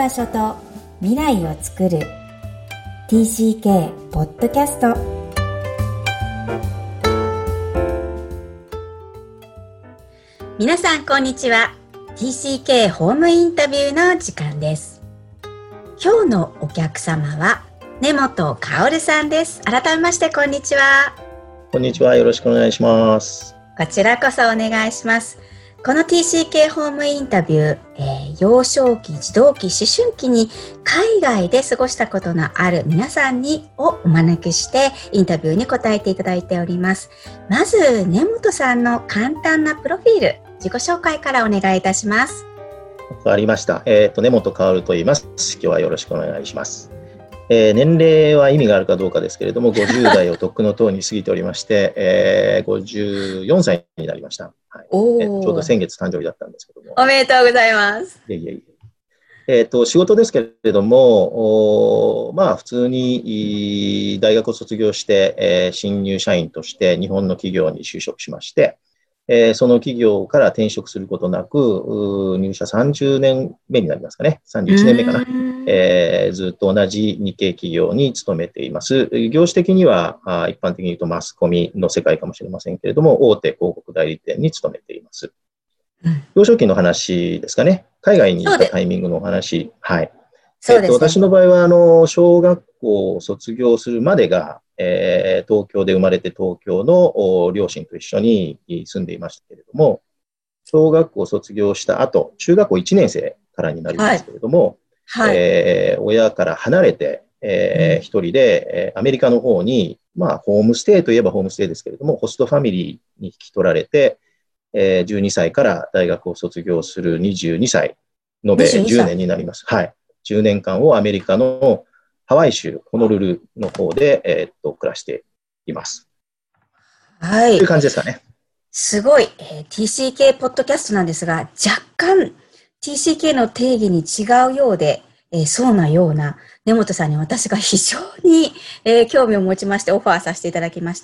場所と未来をつくる TCK ポッドキャスト。皆さんこんにちは。 TCK ホームインタビューの時間です。今日のお客様は根本薫さんです。改めましてこんにちは。 こんにちは、よろしくお願いします。 こちらこそお願いします。この TCK ホームインタビュー、幼少期、児童期、思春期に海外で過ごしたことのある皆さんをお招きしてインタビューに答えていただいております。まず根本さんの簡単なプロフィール、自己紹介からお願いいたします。 わかりました。根本薫と言います。今日はよろしくお願いします。年齢は意味があるかどうかですけれども、50代をとっくのとうに過ぎておりまして、54歳になりました。はいちょうど先月誕生日だったんですけども。 おめでとうございます。 仕事ですけれども、普通に大学を卒業して、新入社員として日本の企業に就職しまして、その企業から転職することなく、入社30年目になりますかね。31年目かな。ずっと同じ日系企業に勤めています。業種的には、一般的に言うとマスコミの世界かもしれませんけれども、大手広告代理店に勤めています。幼少期の話ですかね。海外に行ったタイミングのお話。はい。私の場合は、小学校を卒業するまでが、東京で生まれて東京の両親と一緒に住んでいましたけれども、小学校を卒業した後、中学校1年生からになりますけれども、親から離れて、一人で、アメリカの方に、ホームステイといえばホームステイですけれども、ホストファミリーに引き取られて、12歳から大学を卒業する22歳、延べ10年になります。はい。10年間をアメリカのハワイ州ホノルルの方で、暮らしています。 はい。 という感じですかね。 すごい、TCK ポッドキャストなんですが、若干 TCK の定義に違うようで、そうなような根本さんに私が非常に、興味を持ちましてオファーさせていただきました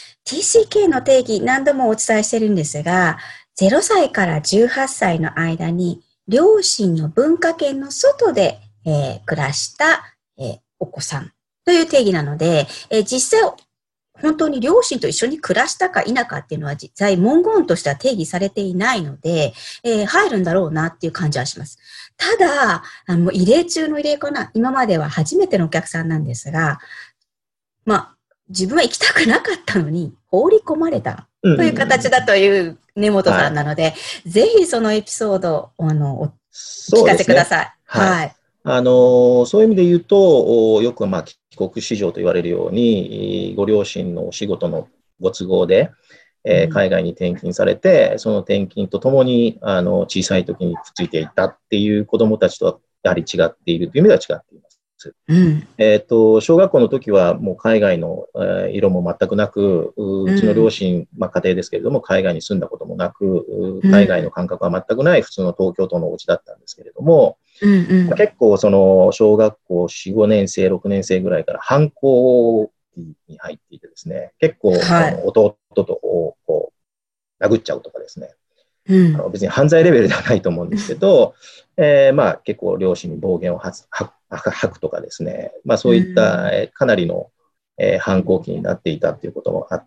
。TCK の定義何度もお伝えしてるんですが、0歳から18歳の間に両親の文化圏の外で、暮らした、お子さんという定義なので、実際本当に両親と一緒に暮らしたか否かっていうのは実際文言としては定義されていないので、入るんだろうなっていう感じはします。ただ、異例中の異例かな。今までは初めてのお客さんなんですが、自分は行きたくなかったのに放り込まれたという形だという根本さんなので、ぜひそのエピソードをお聞かせください。はい。 そういう意味で言うと、よく帰国子女と言われるように、ご両親のお仕事のご都合で、海外に転勤されて、その転勤とともに小さい時にくっついていたっていう子どもたちとはやはり違っているという意味では違っています。小学校の時はもう海外の色も全くなく、うちの両親、家庭ですけれども、海外に住んだこともなく、海外の感覚は全くない普通の東京都のお家だったんですけれども、結構小学校4、5年生、6年生ぐらいから反抗期に入っていてですね、結構、弟とこう殴っちゃうとかですね、別に犯罪レベルではないと思うんですけど、結構両親に暴言を吐くとかですね、そういったかなりの反抗期になっていたということもあって、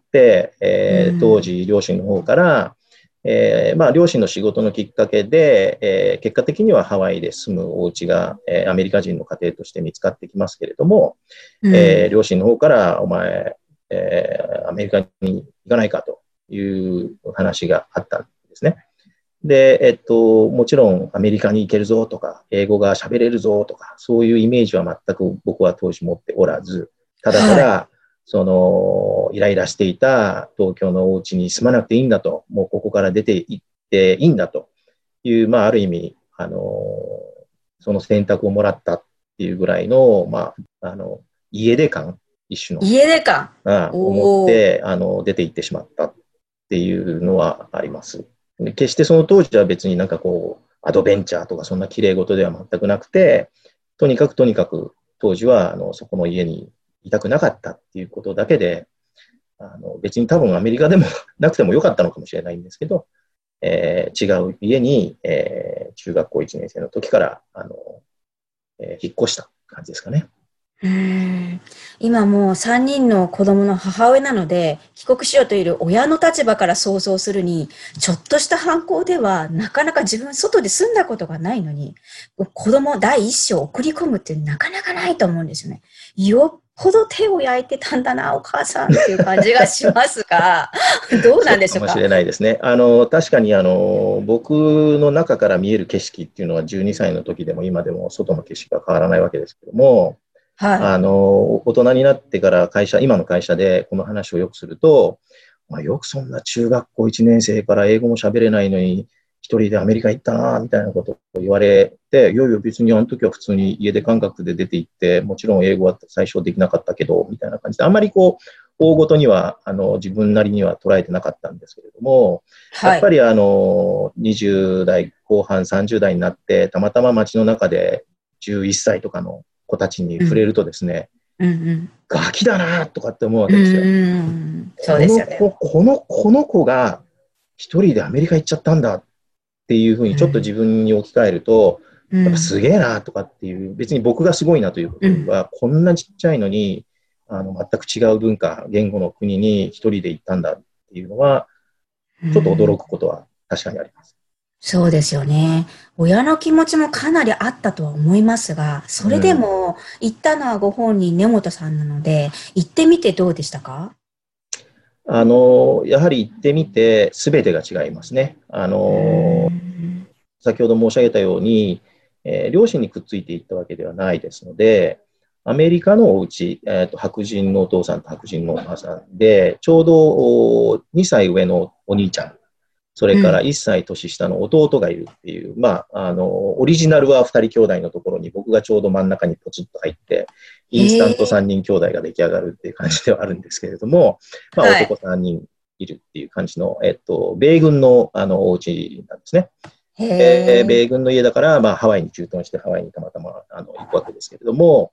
当時両親の方から、両親の仕事のきっかけで、結果的にはハワイで住むお家が、アメリカ人の家庭として見つかってきますけれども、両親の方からお前、アメリカに行かないかという話があったんですね。で、もちろんアメリカに行けるぞとか、英語が喋れるぞとか、そういうイメージは全く僕は当時持っておらず、ただ、イライラしていた東京のお家に住まなくていいんだと、もうここから出て行っていいんだという、ある意味、その選択をもらったっていうぐらいの、家出感、一種の。 家出感思って、出て行ってしまったっていうのはあります。決してその当時は別にアドベンチャーとかそんな綺麗事では全くなくて、とにかく当時はそこの家にいたくなかったっていうことだけで、別に多分アメリカでもなくてもよかったのかもしれないんですけど、違う家に、中学校1年生の時から引っ越した感じですかね。 今もう3人の子供の母親なので、帰国しようといる親の立場から想像するに、ちょっとした反抗では、なかなか自分外で住んだことがないのに、子供第一子を送り込むってなかなかないと思うんですよね。よっぽど手を焼いてたんだな、お母さんっていう感じがしますが、どうなんでしょうか。 そうかもしれないですね。確かに僕の中から見える景色っていうのは12歳の時でも今でも外の景色が変わらないわけですけども、 はい。 大人になってから今の会社でこの話をよくすると、よくそんな中学校1年生から英語も喋れないのに、一人でアメリカ行ったな、みたいなことを言われて、いよいよ別にあの時は普通に家出感覚で出て行って、もちろん英語は最初できなかったけど、みたいな感じで、あんまり大ごとには、自分なりには捉えてなかったんですけれども、やっはい。 ぱり20代後半、30代になって、たまたま街の中で11歳とかの子たちにうん。 触れるとですね、 うん。 ガキだなとかって思うわうん。 けですよ。 そうですよね。 この子が一人でアメリカ行っちゃったんだっていうふうにちょっと自うん。 分に置き換えると、やっぱうん。 すげえなとかっていう、別に僕がすごいなということうん。 よりは、こんなちっちゃいのに、全く違う文化、言語の国に一人で行ったんだっていうのは、 うちょっと驚ん。 くことは確かにあります。 そうですよね。親の気持ちもかなりあったとは思いますが、それでうん。 も行ったのはご本人、根本さんなので、行ってみてどうでしたか？ やはり行ってみて、すべてが違いますね。 うーん。 先ほど申し上げたように、両親にくっついていったわけではないですので、アメリカのお家、白人のお父さんと白人のお母さんで、ちょうど2歳上のお兄ちゃん、それからうん。 1歳年下の弟がいるっていう、オリジナルは2人兄弟のところに僕がちょうど真ん中にポツッと入って、インスタントへえ。 3人兄弟が出来上がるっていう感じではあるんですけれども、男はい。 3人いるっていう感じの、米軍のお家なんですね。 へえ。 米軍の家だから、ハワイに駐屯してハワイにたまたま行くわけですけれども、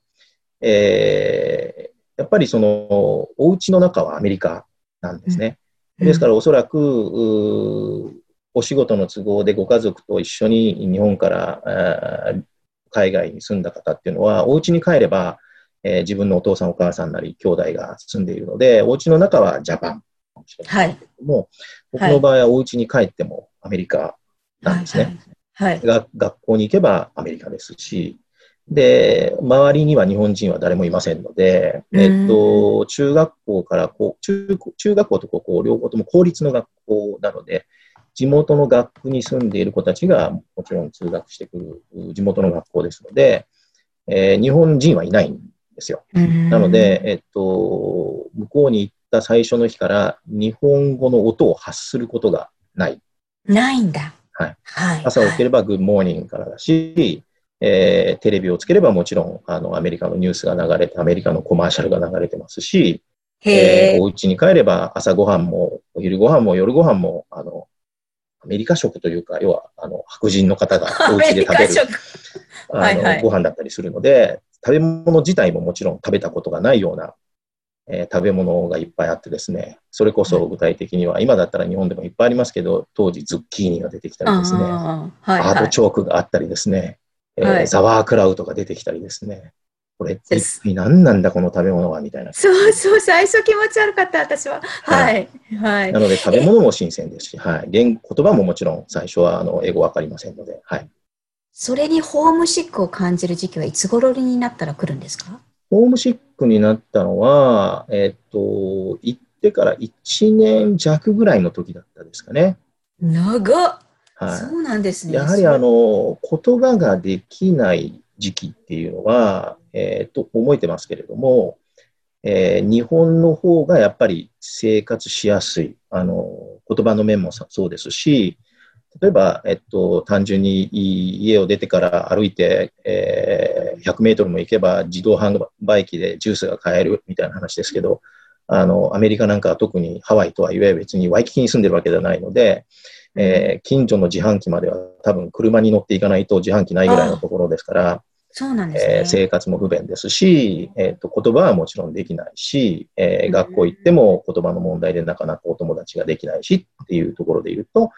やっぱりその、お家の中はアメリカなんでうん。 すね。 うん。 ですからおそらく、お仕事の都合でご家族と一緒に日本から海外に住んだ方っていうのは、お家に帰れば、自分のお父さんお母さんなり兄弟が住んでいるので、お家の中はジャパンかもしれませんはい。 けれども、僕はい。 の場合はお家に帰ってもアメリカなんはい。 ですね。 はい。はい。 学校に行けばアメリカですし、で、周りには日本人は誰もいませんので、 うーん。 中学校から中学校と高校両方とも公立の学校なので、地元の学区に住んでいる子たちがもちろん通学してくる地元の学校ですので、日本人はいないんですよ。 うーなので、 ん。 向こうに行った最初の日から日本語の音を発することがない。 ないんだ。 はい。 はい。 朝起はい。 きればグッモーニングからだし、テレビをつければもちろんアメリカのニュースが流れて、アメリカのコマーシャルが流れてますし、 へえ。 お家に帰れば朝ごはんもお昼ごはんも夜ごはんもアメリカ食というか、要は白人の方がおアメ家で食べるリカ食。はいはい。 ご飯だったりするので、食べ物自体ももちろん食べたことがないような食べ物がいっぱいあってですね、それこそ具体的には、今だったら日本でもいっぱいありますけど、当時ズッキーニが出てきたりですね、 ああ、はいはい。 アートチョークがあったりですね、 はい。 ザワークラウトが出てきたりですね、これってです。 一体何なんだこの食べ物はみたいな感じで。 そうそう、最初気持ち悪かった、私は。 はい。 はい。はい。 なので食べ物も新鮮ですし、はい。言葉ももちろん最初は英語わかりませんので、はい。 それにホームシックを感じる時期はいつ頃になったら来るんですか？ ホームシックになったのは、行ってから1年弱ぐらいの時だったですかね。 長っ。そはうなんですい。やね。 はり言葉ができない時期っていうのは、覚えてますけれども、日本の方がやっぱり生活しやすい。言葉の面もそうですし、例えば、単純に家を出てから歩いて、100メートルも行けば自動販売機でジュースが買えるみたいな話ですけど、アメリカなんかは特にハワイとはいえ別にワイキキに住んでるわけではないので、 うん。 近所の自販機までは多分車に乗っていかないと自販機ないぐらいのああ、 ところですから、 そうなんですね。 生活も不便ですし、言葉はもちろんできないし、 う学校行ってん。 も言葉の問題でなかなかお友達ができないしっていうところで言うと、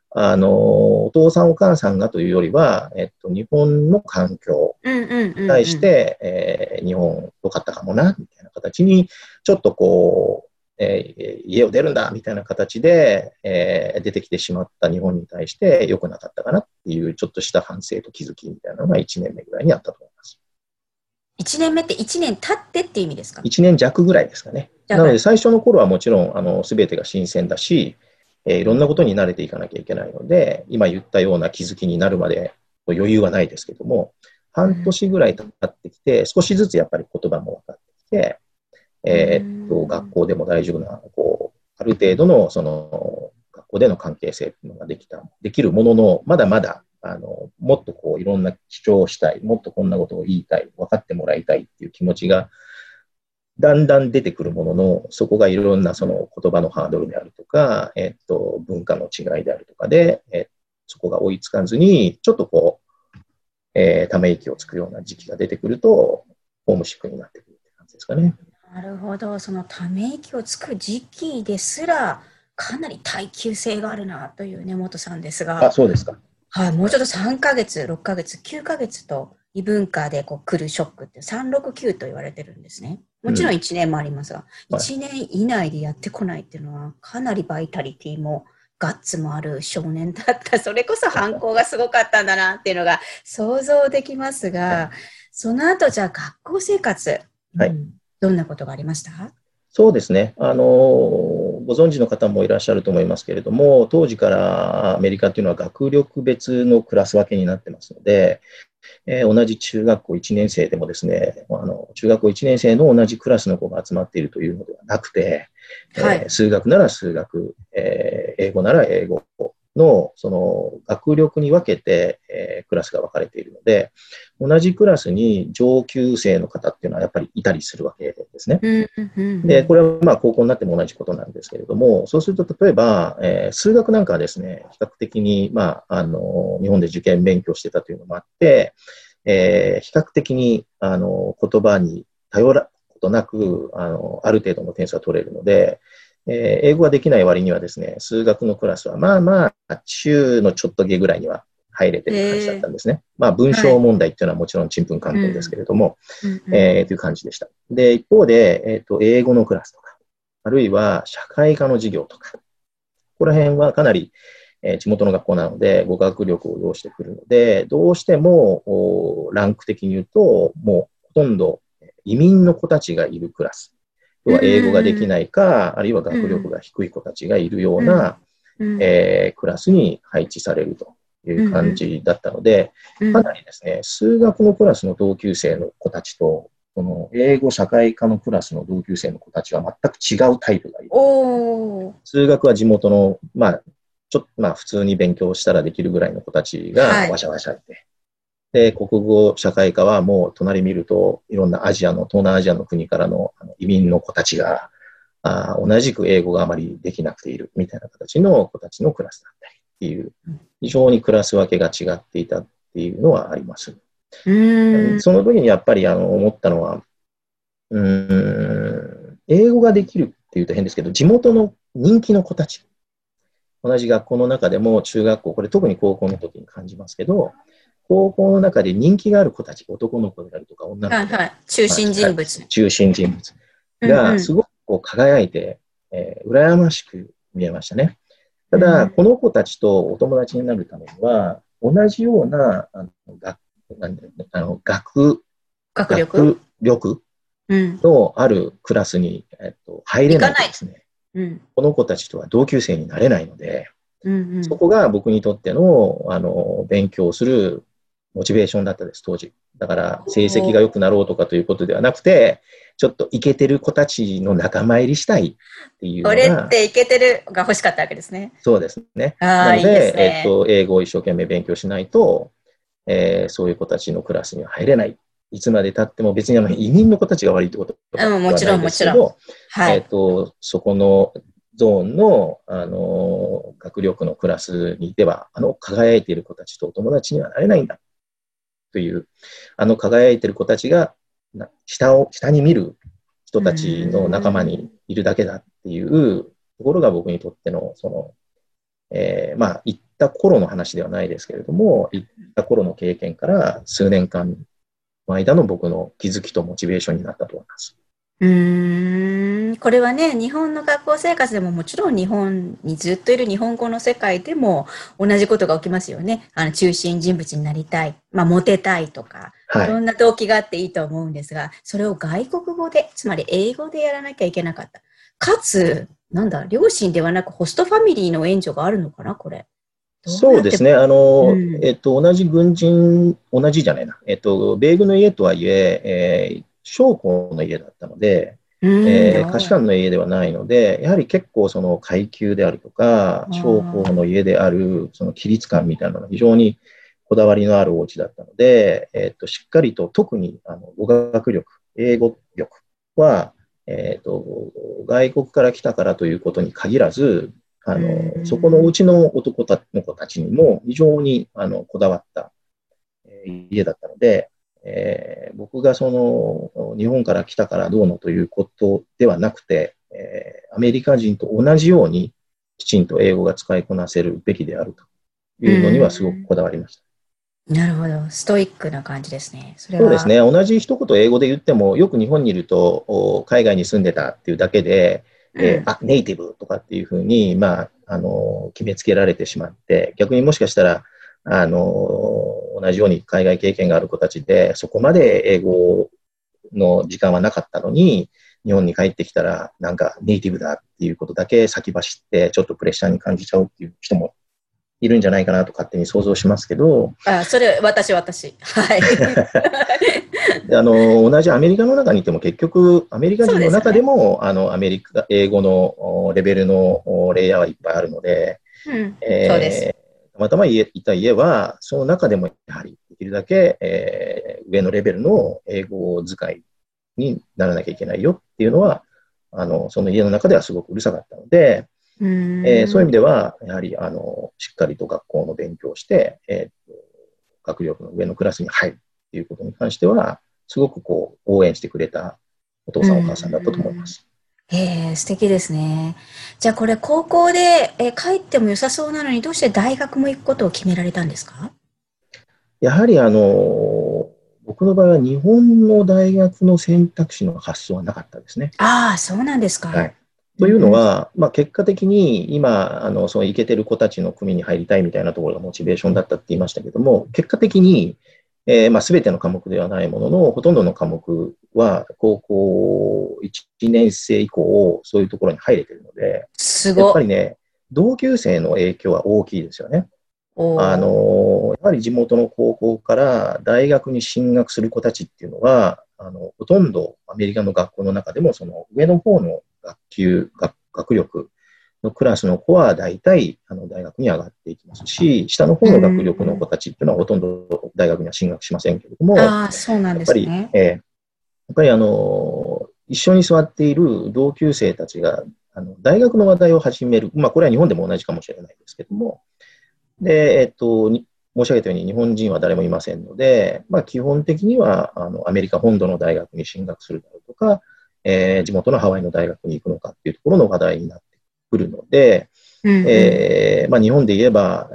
お父さんお母さんがというよりは、日本の環境に対して、日本良かったかもな、みたいな形に、ちょっとこう、家を出るんだ、みたいな形で、出てきてしまった日本に対して良くなかったかなっていう、ちょっとした反省と気づきみたいなのが1年目ぐらいにあったと思います。 1年目って1年経ってっていう意味ですか ？1年弱ぐらいですかね。なので、最初の頃はもちろん、すべてが新鮮だし、いろんなことに慣れていかなきゃいけないので、今言ったような気づきになるまで余裕はないですけども、半年ぐらい経ってきて、少しずつやっぱり言葉も分かってきて、学校でも大丈夫な、ある程度の、学校での関係性っていうのができるものの、まだまだ、もっといろんな主張をしたい、もっとこんなことを言いたい、分かってもらいたいっていう気持ちが、だんだん出てくるものの、そこがいろんなその言葉のハードルであるとか、文化の違いであるとかで、そこが追いつかずに、ちょっとため息をつくような時期が出てくると、ホームシックになってくるって感じですかね。 なるほど。そのため息をつく時期ですら、かなり耐久性があるなという根本さんですが。 そうですか。 はい、もうちょっと3ヶ月、6ヶ月、9ヶ月と異文化で来るショックって369と言われてるんですね。もちろん1年もありますが、1年以内でやってこないっていうのは、かなりバイタリティもガッツもある少年だった。それこそ反抗がすごかったんだなっていうのが想像できますが、その後じゃあ学校生活、どんなことがありました？ そうですね。ご存知の方もいらっしゃると思いますけれども、当時からアメリカというのは学力別のクラス分けになってますので、同じ中学校1年生でもですね、中学校1年生の同じクラスの子が集まっているというのではなくて、数学なら数学、英語なら英語のその学力に分けて、クラスが分かれているので、同じクラスに上級生の方っていうのはやっぱりいたりするわけですね。で、これはまあ高校になっても同じことなんですけれども、そうすると例えば、数学なんかはですね、比較的に、日本で受験勉強してたというのもあって、比較的に言葉に頼ることなく、ある程度の点数は取れるので、英語ができない割にはですね、数学のクラスはまあまあ、中のちょっと下ぐらいには入れてる感じだったんですね。まあ、文章問題っていうのはもちろんちんぷんかんぷんですけれども、という感じでした。で、一方で、英語のクラスとか、あるいは社会科の授業とか、ここら辺はかなり、地元の学校なので語学力を要してくるので、どうしてもランク的に言うと、もうほとんど移民の子たちがいるクラス。要は英語ができないか、あるいは学力が低い子たちがいるような、クラスに配置されるという感じだったので、かなりですね、数学のクラスの同級生の子たちと、この英語社会科のクラスの同級生の子たちは全く違うタイプがいる。数学は地元の、ちょっと普通に勉強したらできるぐらいの子たちがわしゃわしゃいて、で、国語社会科はもう隣見ると、いろんな東南アジアの国からの移民の子たちが、同じく英語があまりできなくているみたいな形の子たちのクラスだったりっていう、非常にクラス分けが違っていたっていうのはあります。その時にやっぱり思ったのは、英語ができるっていうと変ですけど、地元の人気の子たち、同じ学校の中でも中学校、これ特に高校の時に感じますけど、高校の中で人気がある子たち、男の子であるとか女の子である、 中心人物。 中心人物がすごく輝いて、羨ましく見えましたね。ただ、この子たちとお友達になるためには、同じような学力のあるクラスに、入れないとですね、この子たちとは同級生になれないので、そこが僕にとっての、勉強するモチベーションだったです、当時。だから、成績が良くなろうとかということではなくて、ちょっとイケてる子たちの仲間入りしたいっていうのが。 俺ってイケてるが欲しかったわけですね。 そうですね。なので、英語を一生懸命勉強しないと、そういう子たちのクラスには入れない。いつまで経っても別に移民の子たちが悪いってことはないですけど、そこのゾーンの、学力のクラスにいては、輝いている子たちとお友達にはなれないんだ。という、輝いている子たちが下に見る人たちの仲間にいるだけだっていうところが僕にとっての、 まあ、行った頃の話ではないですけれども、行った頃の経験から数年間の間の僕の気づきとモチベーションになったと思います。 これはね、日本の学校生活でももちろん日本にずっといる日本語の世界でも同じことが起きますよね。中心人物になりたい。まあ、モテたいとか、いはい。 ろんな動機があっていいと思うんですが、それを外国語で、つまり英語でやらなきゃいけなかった。かつ、なんだ、両親ではなくホストファミリーの援助があるのかな、これ。どうやって、 そうですね。 うん。 同じ軍人、同じじゃないな。米軍の家とはいえ、将校の家だったので、下士官の家ではないので、やはり結構その階級であるとか、将校の家であるその規律感みたいなのが非常にこだわりのあるお家だったので、しっかりと特に語学力、英語力は、外国から来たからということに限らず、そこのうちの男の子たちにも非常にこだわった家だったので、僕がその日本から来たからどうのということではなくて、アメリカ人と同じようにきちんと英語が使いこなせるべきであるというのにはすごくこだわりました。 なるほど。ストイックな感じですね。それは。 そうですね。同じ一言英語で言っても、よく日本にいると、海外に住んでたっていうだけで、ネイティブとかっていうふうに、まあ、決めつけられてしまって、逆にもしかしたら、同じように海外経験がある子たちで、そこまで英語の時間はなかったのに、日本に帰ってきたら、なんかネイティブだっていうことだけ先走って、ちょっとプレッシャーに感じちゃうっていう人もいるんじゃないかなと勝手に想像しますけど、 それ、私。はい。 同じアメリカの中にいても結局、アメリカそう人のですよね。 中でも、アメリカ、英語のレベルのレイヤーはいっぱいあるので、 そうです。 たまたまいた家は、その中でもやはりできるだけ、上のレベルの英語使いにならなきゃいけないよっていうのは、その家の中ではすごくうるさかったので、そういう意味では、やはり、しっかりと学校の勉強をして、学力の上のクラスに入るっていうことに関しては、すごくこう、応援してくれたお父さんお母さんだったと思います。 素敵ですね。じゃあこれ高校で、帰っても良さそうなのにどうして大学も行くことを決められたんですか？ やはり僕の場合は日本の大学の選択肢の発想はなかったですね。 ああ、そうなんですか。 はい。というのは、まあ、結果的に今、そのイケてる子たちの組に入りたいみたいなところがモチベーションだったって言いましたけども、結果的に、まあ、全ての科目ではないものの、ほとんどの科目は高校1年生以降、そういうところに入れてるので、やっぱすご。 りね、同級生の影響は大きいですよね。 おー。 やはり地元の高校から大学に進学する子たちっていうのは、ほとんどアメリカの学校の中でも、その上の方の学力のクラスの子は大体大学に上がっていきますし、下の方の学力の子たちっていうのはほとんど大学には進学しませんけれども、 ああ、そうなんやっぱり、 ですね。 一緒に座っている同級生たちが、大学の話題を始める。まあ、これは日本でも同じかもしれないですけども、で、申し上げたように日本人は誰もいませんので、まあ、基本的にはアメリカ本土の大学に進学するだろうとか、地元のハワイの大学に行くのかっていうところの話題になってくるので、まあ、日本で言えば、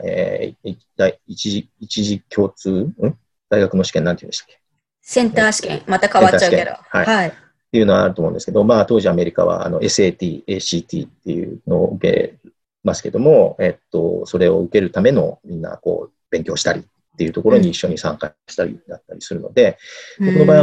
一時共通、大学の試験なんて言うんでしたっけ？ センター試験、また変センター試験。 わっちゃうけど。 はい。っはい。 ていうのはあると思うんですけど、まあ、当時アメリカはSAT、ACT っていうのを受けますけども、それを受けるためのみんなこう勉強したりっていうところに一緒に参加したりだったりするので、僕の場合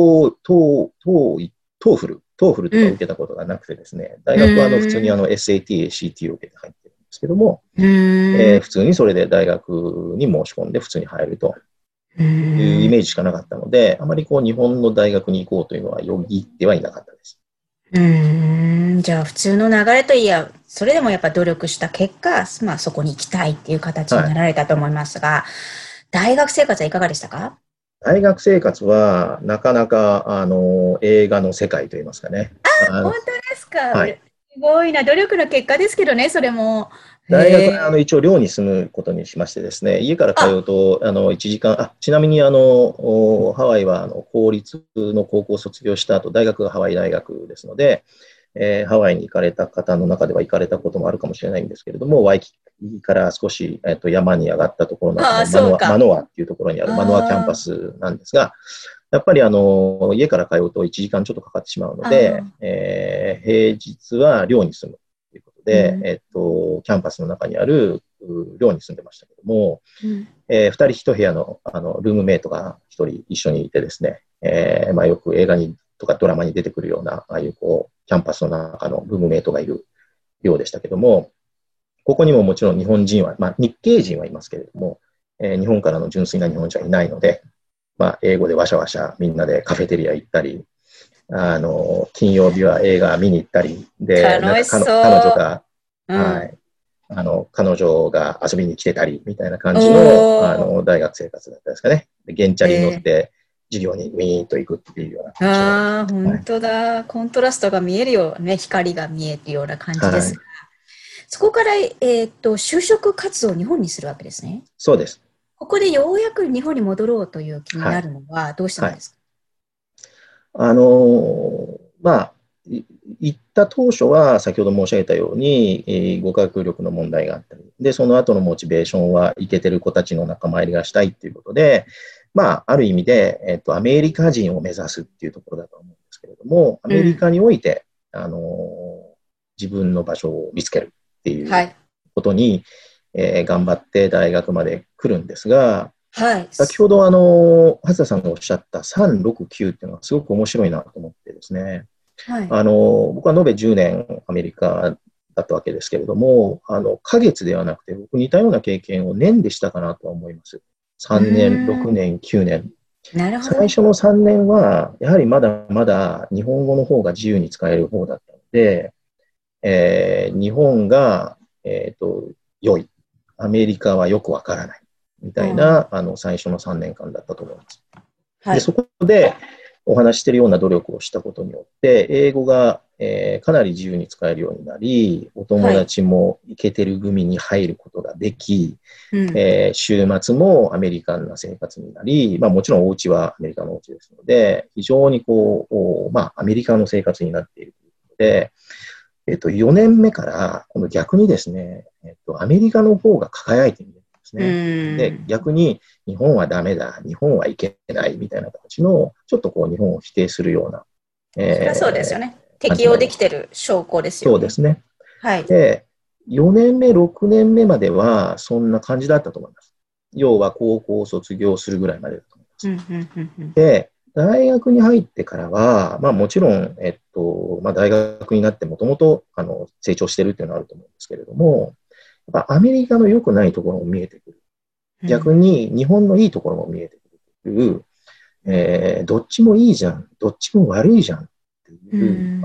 トーフルとか受けたことがなくてですね、大学は普通にSAT、ACT を受けて入ってるんですけども、普通にそれで大学に申し込んで普通に入るというイメージしかなかったので、あまりこう日本の大学に行こうというのはよぎってはいなかったです。 じゃあ普通の流れといえば、それでもやっぱ努力した結果、まあそこに行きたいっていう形にはい。 なられたと思いますが、大学生活はいかがでしたか？ 大学生活は、なかなか、映画の世界といいますかね。 本当ですか？ はい。 すごいな。努力の結果ですけどね、それも。 大学へえ。 は一応寮に住むことにしましてですね、家から通あ、 うと1時間、ちなみにハワイは公立の高校を卒業した後、大学がハワイ大学ですので、ハワイに行かれた方の中では行かれたこともあるかもしれないんですけれども、 から少し、山に上がったところのマノアっていうところにあるマノアキャンパスなんですが、やっぱり家から通うと1時間ちょっとかかってしまうので、平日は寮に住むということで、キャンパスの中にある寮に住んでましたけども、2人1部屋の、ルームメイトが1人一緒にいてですね、よく映画にとかドラマに出てくるような、ああいうキャンパスの中のルームメイトがいる寮でしたけども、ここにももちろん日本人は、日系人はいますけれども、日本からの純粋な日本人はいないので、英語でわしゃわしゃみんなでカフェテリア行ったり、金曜日は映画見に行ったり、で、彼女が、はい、彼女が遊びに来てたり、みたいな感じの、大学生活だったですかね。で、原チャリに乗って、授業にウィーンと行くっていうような感じ。本当だ。コントラストが見えるよね。光が見えるような感じですが。そこから、就職活動を日本にするわけですね。 そうです。 ここでようやく日本に戻ろうという気になるのはどうしたんですか？ 行った当初は先ほど申し上げたように、語学力の問題があったり、で、その後のモチベーションはイケてる子たちの仲間入りがしたいっていうことで、ある意味で、アメリカ人を目指すっていうところだと思うんですけれども、アメリカにおいて、自分の場所を見つけるっていうことに、頑張って大学まで来るんですが、先ほど初田さんがおっしゃった369っていうのはすごく面白いなと思ってですね、僕は延べ10年アメリカだったわけですけれども、ヶ月ではなくて、僕似たような経験を年でしたかなとは思います。3年、6年、9年。最初の3年は、やはりまだまだ日本語の方が自由に使える方だったので、日本が、良い。アメリカはよくわからない。みたいな、最初の3年間だったと思います。で、そこでお話しているような努力をしたことによって、英語が、かなり自由に使えるようになり、お友達もイケてる組に入ることができ、週末もアメリカンな生活になり、もちろんお家はアメリカのお家ですので、非常にアメリカの生活になっているということで、4年目から、この逆にですね、アメリカの方が輝いているんですね。で、逆に日本はダメだ、日本はいけないみたいな形の、ちょっと日本を否定するような。 そうですよね。適用できている証拠ですよね。 そうですね。はい。で、4年目、6年目までは、そんな感じだったと思います。要は高校を卒業するぐらいまでだと思います。で、大学に入ってからは、もちろん、大学になってもともと、成長してるっていうのはあると思うんですけれども、やっぱアメリカの良くないところも見えてくる。逆に日本のいいところも見えてくるという、どっちもいいじゃん、どっちも悪いじゃんっていう、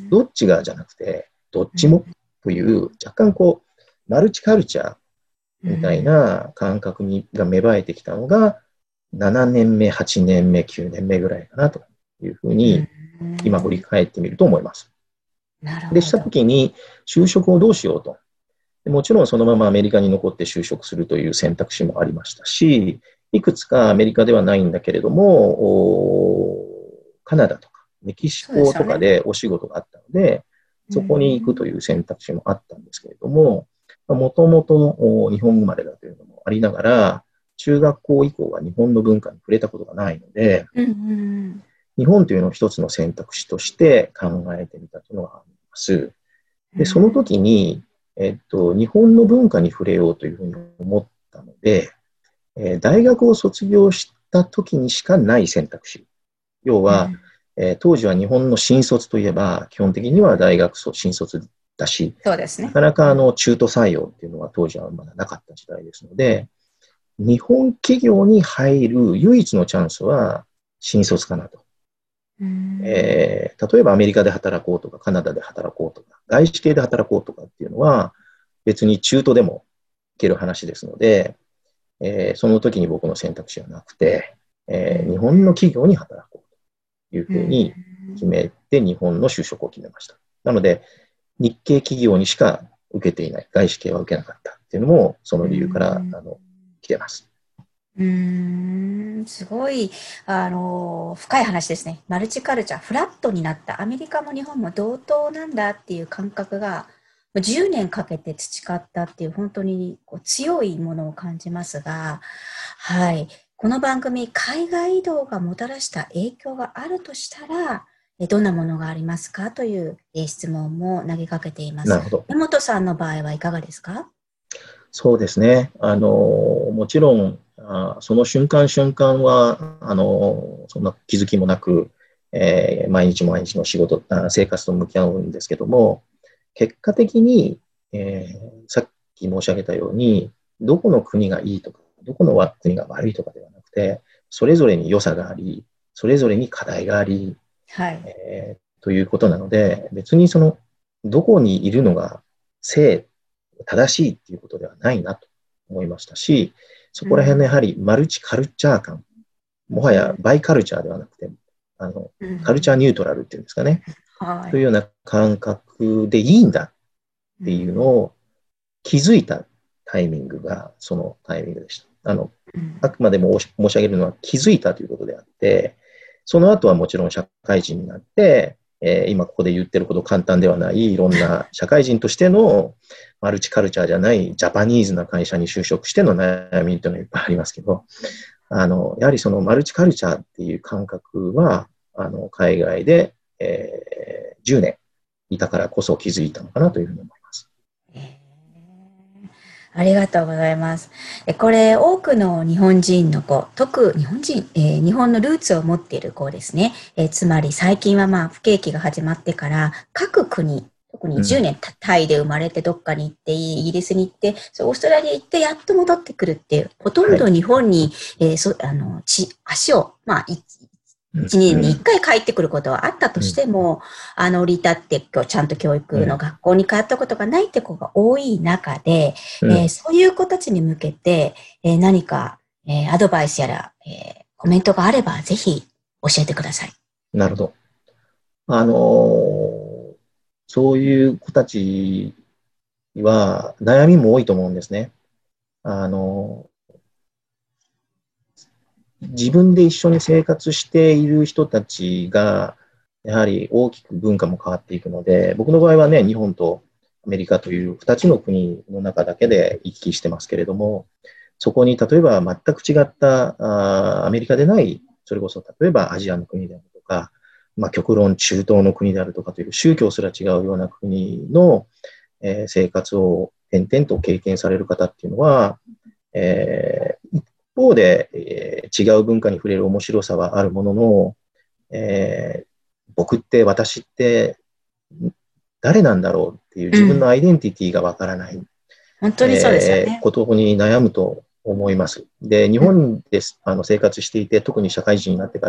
どっちがじゃなくて、どっちもという、若干マルチカルチャーみたいな感覚が芽生えてきたのが、7年目、8年目、9年目ぐらいかなというふうに、今振り返ってみると思います。で、したときに、就職をどうしようと。もちろんそのままアメリカに残って就職するという選択肢もありましたし、いくつかアメリカではないんだけれども、カナダとかメキシコとかでお仕事があったので、そこに行くという選択肢もあったんですけれども、もともと日本生まれだというのもありながら、中学校以降は日本の文化に触れたことがないので、日本というのを一つの選択肢として考えてみたというのがあります。で、その時に、日本の文化に触れようというふうに思ったので、大学を卒業した時にしかない選択肢。要は、当時は日本の新卒といえば、基本的には大学新卒だし、 そうですね、 なかなか中途採用っていうのは当時はまだなかった時代ですので、日本企業に入る唯一のチャンスは新卒かなと。例えばアメリカで働こうとか、カナダで働こうとか、外資系で働こうとかっていうのは、別に中途でもいける話ですので、その時に僕の選択肢はなくて、日本の企業に働こうというふうに決めて、日本の就職を決めました。なので、日系企業にしか受けていない、外資系は受けなかったっていうのも、その理由から来てます。 すごい、深い話ですね。マルチカルチャー、フラットになった。アメリカも日本も同等なんだっていう感覚が 10年かけて培ったっていう本当にこう強いものを感じますが、はい。この番組、海外移動がもたらした影響があるとしたら、どんなものがありますかという質問も投げかけています。 なるほど。 根本さんの場合はいかがですか？ そうですね。もちろん、その瞬間瞬間は、そんな気づきもなく、毎日毎日の仕事、生活と向き合うんですけども、結果的に、さっき申し上げたように、どこの国がいいとか、どこの国が悪いとかではなくて、それぞれに良さがあり、それぞれに課題があり、 はい。 ということなので、別にどこにいるのが正しいっていうことではないなと思いましたし、そこら辺のやはりマルチカルチャー感、もはやバイカルチャーではなくて、カルチャーニュートラルっていうんですかね、 はい。 というような感覚でいいんだっていうのを気づいたタイミングがそのタイミングでした。あくまでも申し上げるのは気づいたということであって、その後はもちろん社会人になって、今ここで言ってるほど簡単ではないいろんな社会人としてのマルチカルチャーじゃないジャパニーズな会社に就職しての悩みというのはいっぱいありますけど、やはりそのマルチカルチャーっていう感覚は、海外で、10年いたからこそ気づいたのかなというふうに思います。 ありがとうございます。これ、多くの日本人の子、日本人、日本のルーツを持っている子ですね。つまり最近は不景気が始まってから、各国、特に10年、タイで生まれてどっかに行って、イギリスに行って、オーストラリア行ってやっと戻ってくるっていう、ほとんど日本に、足を、1年に1回帰ってくることはあったとしても、降り立ってちゃんと教育の学校に通ったことがないって子が多い中で、そういう子たちに向けて、何か、アドバイスやら、コメントがあればぜひ教えてください。 なるほど。そういう子たちは悩みも多いと思うんですね。自分で一緒に生活している人たちが、やはり大きく文化も変わっていくので、僕の場合はね、日本とアメリカという2つの国の中だけで行き来してますけれども、そこに例えば全く違ったアメリカでない、それこそ例えばアジアの国であるとか、極論中東の国であるとかという宗教すら違うような国の、生活を点々と経験される方っていうのは、一方で、違う文化に触れる面白さはあるものの、私って誰なんだろうっていう自分のアイデンティティがわからない、 本当にそうですよね。 ことに悩むと思います。で、日本で生活していて、特に社会人になってから、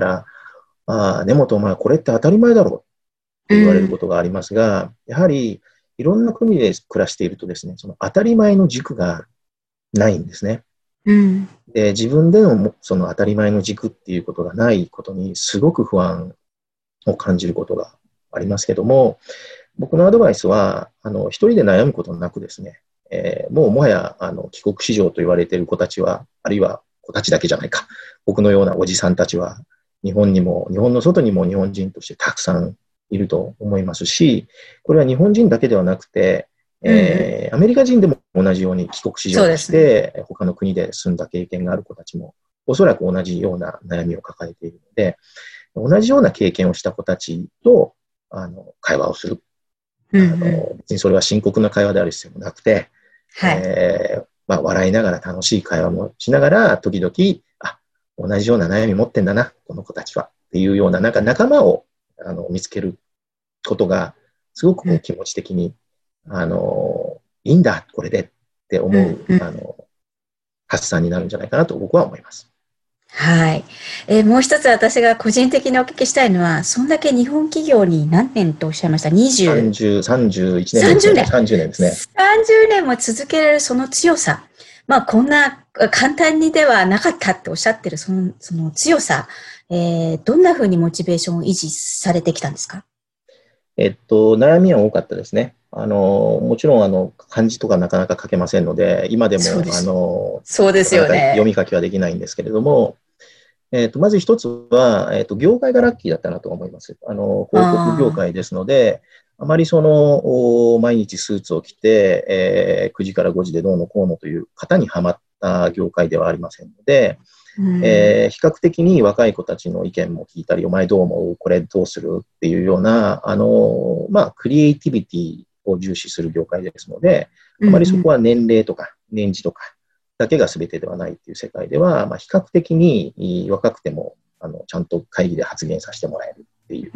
根本お前これって当たり前だろうって言われることがありますが、やはりいろんな国で暮らしているとですね、その当たり前の軸がないんですね。で、自分でのその当たり前の軸っていうことがないことにすごく不安を感じることがありますけども、僕のアドバイスは、一人で悩むことなくですね、もはや、帰国子女と言われている子たちは、あるいは子たちだけじゃないか、僕のようなおじさんたちは、日本の外にも日本人としてたくさんいると思いますし、これは日本人だけではなくて、アメリカ人でも同じように帰国子女として、他の国で住んだ経験がある子たちも、おそらく同じような悩みを抱えているので、同じような経験をした子たちと、会話をする。別にそれは深刻な会話である必要もなくて、笑いながら楽しい会話もしながら、時々、同じような悩み持ってんだな、この子たちは。っていうような、仲間を見つけることが、すごく気持ち的に、いいんだ、これでって思う、発散になるんじゃないかなと僕は思います。 はい。もう一つ私が個人的にお聞きしたいのは、そんだけ日本企業に何年とおっしゃいました 31年ですね。30年ですね。 30年も続けられるその強さ。こんな簡単にではなかったっておっしゃってるその強さ、どんなふうにモチベーションを維持されてきたんですか？ 悩みは多かったですね。もちろん漢字とかなかなか書けませんので、今でもそうですよね。 読み書きはできないんですけれども、まず一つは、業界がラッキーだったなと思います。広告業界ですので、 あまり毎日スーツを着て、9時から5時でどうのこうのという型にはまった業界ではありませんので、比較的に若い子たちの意見も聞いたり、お前どう思う？これどうする？っていうような、クリエイティビティを重視する業界ですので、あまりそこは年齢とか年次とかだけが全てではないっていう世界では、比較的に若くても、ちゃんと会議で発言させてもらえるっていう、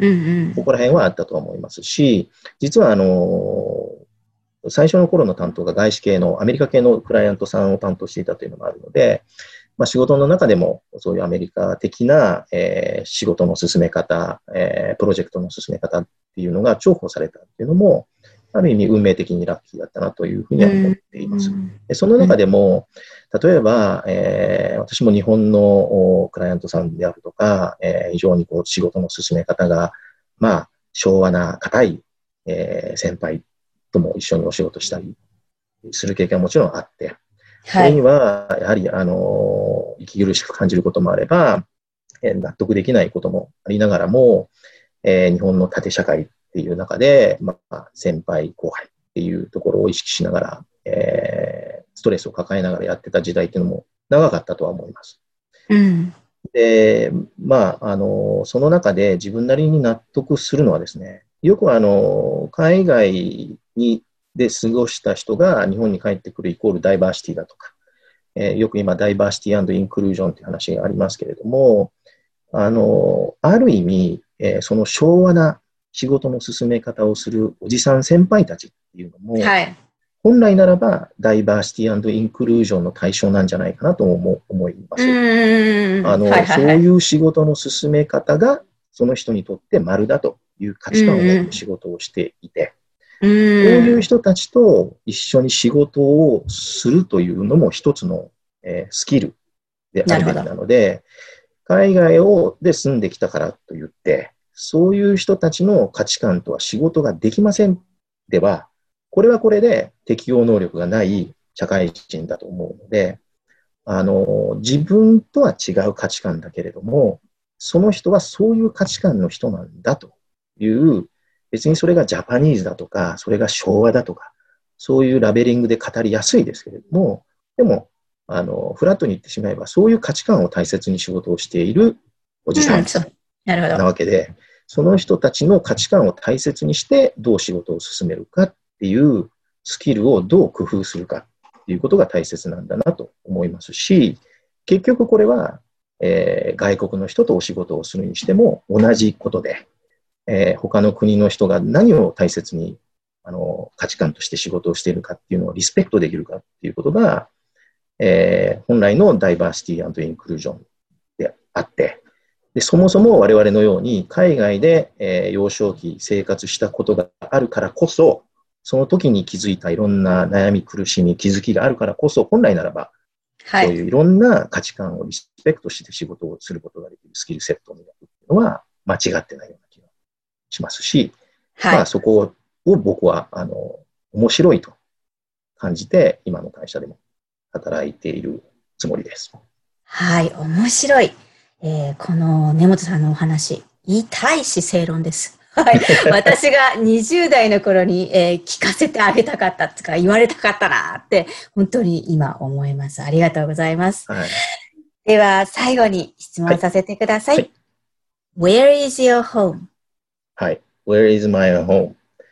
ここら辺はあったと思いますし、実は最初の頃の担当が外資系のアメリカ系のクライアントさんを担当していたというのがあるので、仕事の中でもそういうアメリカ的な、仕事の進め方、プロジェクトの進め方っていうのが重宝されたっていうのも、ある意味運命的にラッキーだったなというふうには思っています。でその中でも、例えば、私も日本のクライアントさんであるとか、非常に仕事の進め方が、昭和な固い、先輩とも一緒にお仕事したりする経験はもちろんあって、それには、やはり、息苦しく感じることもあれば、納得できないこともありながらも、日本の縦社会っていう中で、先輩後輩っていうところを意識しながら、ストレスを抱えながらやってた時代っていうのも長かったとは思います。で、その中で自分なりに納得するのはですね、よく海外で過ごした人が日本に帰ってくるイコールダイバーシティだとか、よく今ダイバーシティ&インクルージョンという話がありますけれども、ある意味、その昭和な仕事の進め方をするおじさん先輩たちっていうのも、本来ならばダイバーシティ&インクルージョンの対象なんじゃないかなと思います。そういう仕事の進め方がその人にとって丸だという価値観を持って仕事をしていて、そういう人たちと一緒に仕事をするというのも一つの、スキルであるべきなので、海外で住んできたからといって、そういう人たちの価値観とは仕事ができませんでは、これはこれで適応能力がない社会人だと思うので、自分とは違う価値観だけれども、その人はそういう価値観の人なんだという、別にそれがジャパニーズだとか、それが昭和だとか、そういうラベリングで語りやすいですけれども、でも、フラットに言ってしまえば、そういう価値観を大切に仕事をしているおじさんなわけで、その人たちの価値観を大切にして、どう仕事を進めるかっていうスキルをどう工夫するかっていうことが大切なんだなと思いますし、結局これは、外国の人とお仕事をするにしても同じことで、他の国の人が何を大切に価値観として仕事をしているかっていうのをリスペクトできるかっていうことが、本来のダイバーシティ&インクルージョンであって、でそもそも我々のように海外で、幼少期生活したことがあるからこそ、その時に気づいたいろんな悩み苦しみ気づきがあるからこそ、本来ならば、そういういろんな価値観をリスペクトして仕事をすることができるスキルセットを磨くっていうのは間違ってないような気がしますし、そこを僕は面白いと感じて今の会社でも働いているつもりです。 はい、面白い。この根本さんのお話、痛いし正論です。はい、私が20代の頃に、聞かせてあげたかったとか言われたかったなって本当に今思います。ありがとうございます。では最後に質問させてください。Where is your home? はい。Where is my home?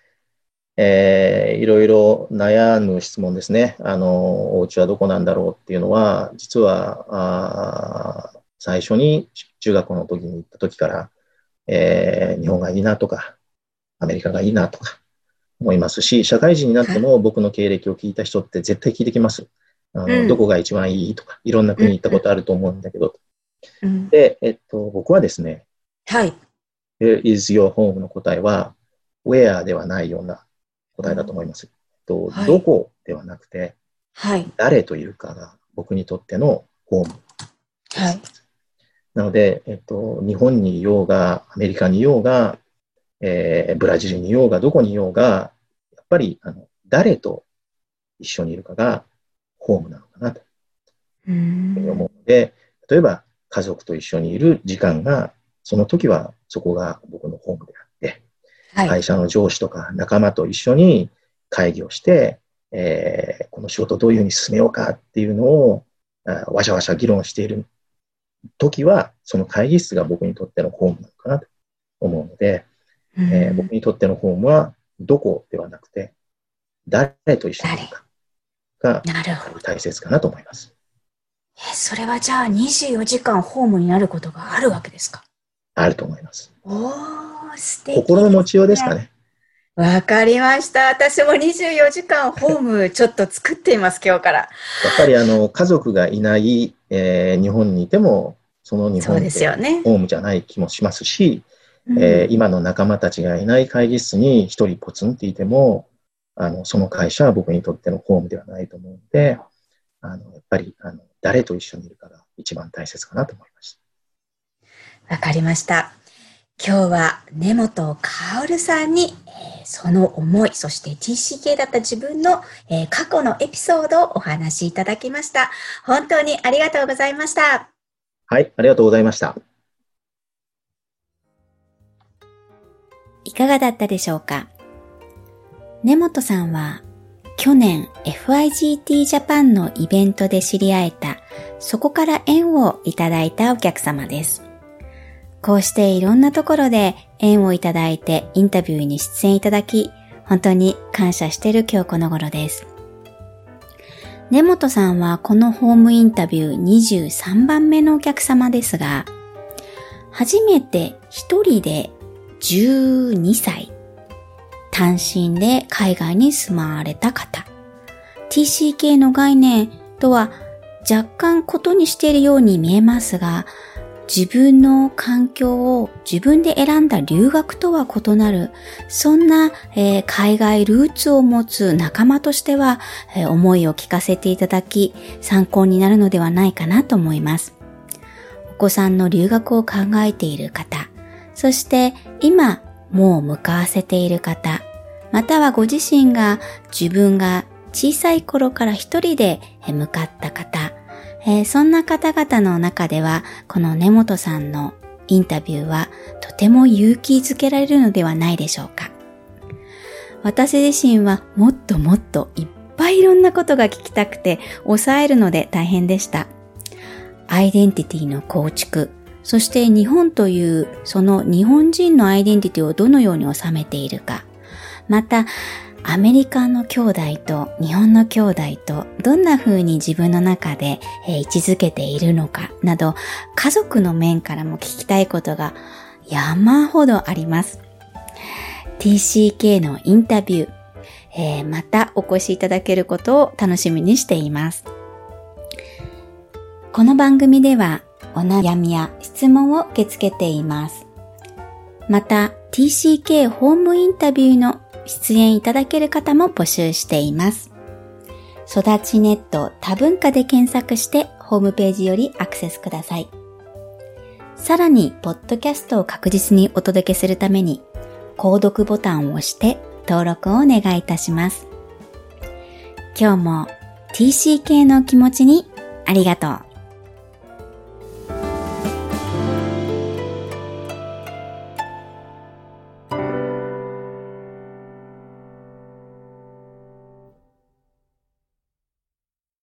いろいろ悩む質問ですね。お家はどこなんだろうっていうのは、実は、最初に中学校の時に行った時から、日本がいいなとか、アメリカがいいなとか思いますし、社会人になっても僕の経歴を聞いた人って絶対聞いてきます。どこが一番いいとか、いろんな国行ったことあると思うんだけど。で、僕はですね、 はい。 Where is your home の答えは、Where ではないような答えだと思います。どこではなくて、誰というかが僕にとってのホームです。なので、日本にいようが、アメリカにいようが、ブラジルにいようが、どこにいようが、やっぱり誰と一緒にいるかがホームなのかなと思うので、例えば家族と一緒にいる時間が、その時はそこが僕のホームであって、 会社の上司とか仲間と一緒に会議をして、この仕事をどういうふうに進めようかっていうのをわしゃわしゃ議論している時は、その会議室が僕にとってのホームなのかなと思うので、僕にとってのホームはどこではなくて、誰と一緒にいるかが大切かなと思います。 それはじゃあ24時間ホームになることがあるわけですか？ あると思います。 素敵ですね。 心の持ちようですかね。 わかりました。私も24時間ホームちょっと作っています、今日から。 やっぱり家族がいない、日本にいても、その日本ってホームじゃない気もしますし、今の仲間たちがいない会議室に一人ポツンっていても、その会社は僕にとってのホームではないと思うので、やっぱり誰と一緒にいるかが一番大切かなと思いました。 わかりました。今日は根本薫さんに、その思い、そして TCK だった自分の、過去のエピソードをお話しいただきました。本当にありがとうございました。 はい、ありがとうございました。 いかがだったでしょうか？根本さんは去年 FIGT Japan のイベントで知り合えた、そこから縁をいただいたお客様です。こうしていろんなところで縁をいただいてインタビューに出演いただき、本当に感謝している今日この頃です。根本さんはこのホームインタビュー23番目のお客様ですが、初めて一人で12歳、単身で海外に住まわれた方。TCK の概念とは若干異にしているように見えますが、自分の環境を自分で選んだ留学とは異なる、そんな、海外ルーツを持つ仲間としては、思いを聞かせていただき、参考になるのではないかなと思います。お子さんの留学を考えている方、そして今もう向かわせている方、またはご自身が自分が小さい頃から一人で向かった方、そんな方々の中では、この根本さんのインタビューはとても勇気づけられるのではないでしょうか。私自身はもっともっといっぱいいろんなことが聞きたくて抑えるので大変でした。アイデンティティの構築、そして日本というその日本人のアイデンティティをどのように収めているか、またアメリカの兄弟と日本の兄弟とどんな風に自分の中で位置づけているのかなど、家族の面からも聞きたいことが山ほどあります。TCK のインタビュー、またお越しいただけることを楽しみにしています。この番組ではお悩みや質問を受け付けています。また TCK ホームインタビューの出演いただける方も募集しています。育ちネット多文化で検索してホームページよりアクセスください。さらに、ポッドキャストを確実にお届けするために、購読ボタンを押して登録をお願いいたします。今日も TCK の気持ちにありがとう。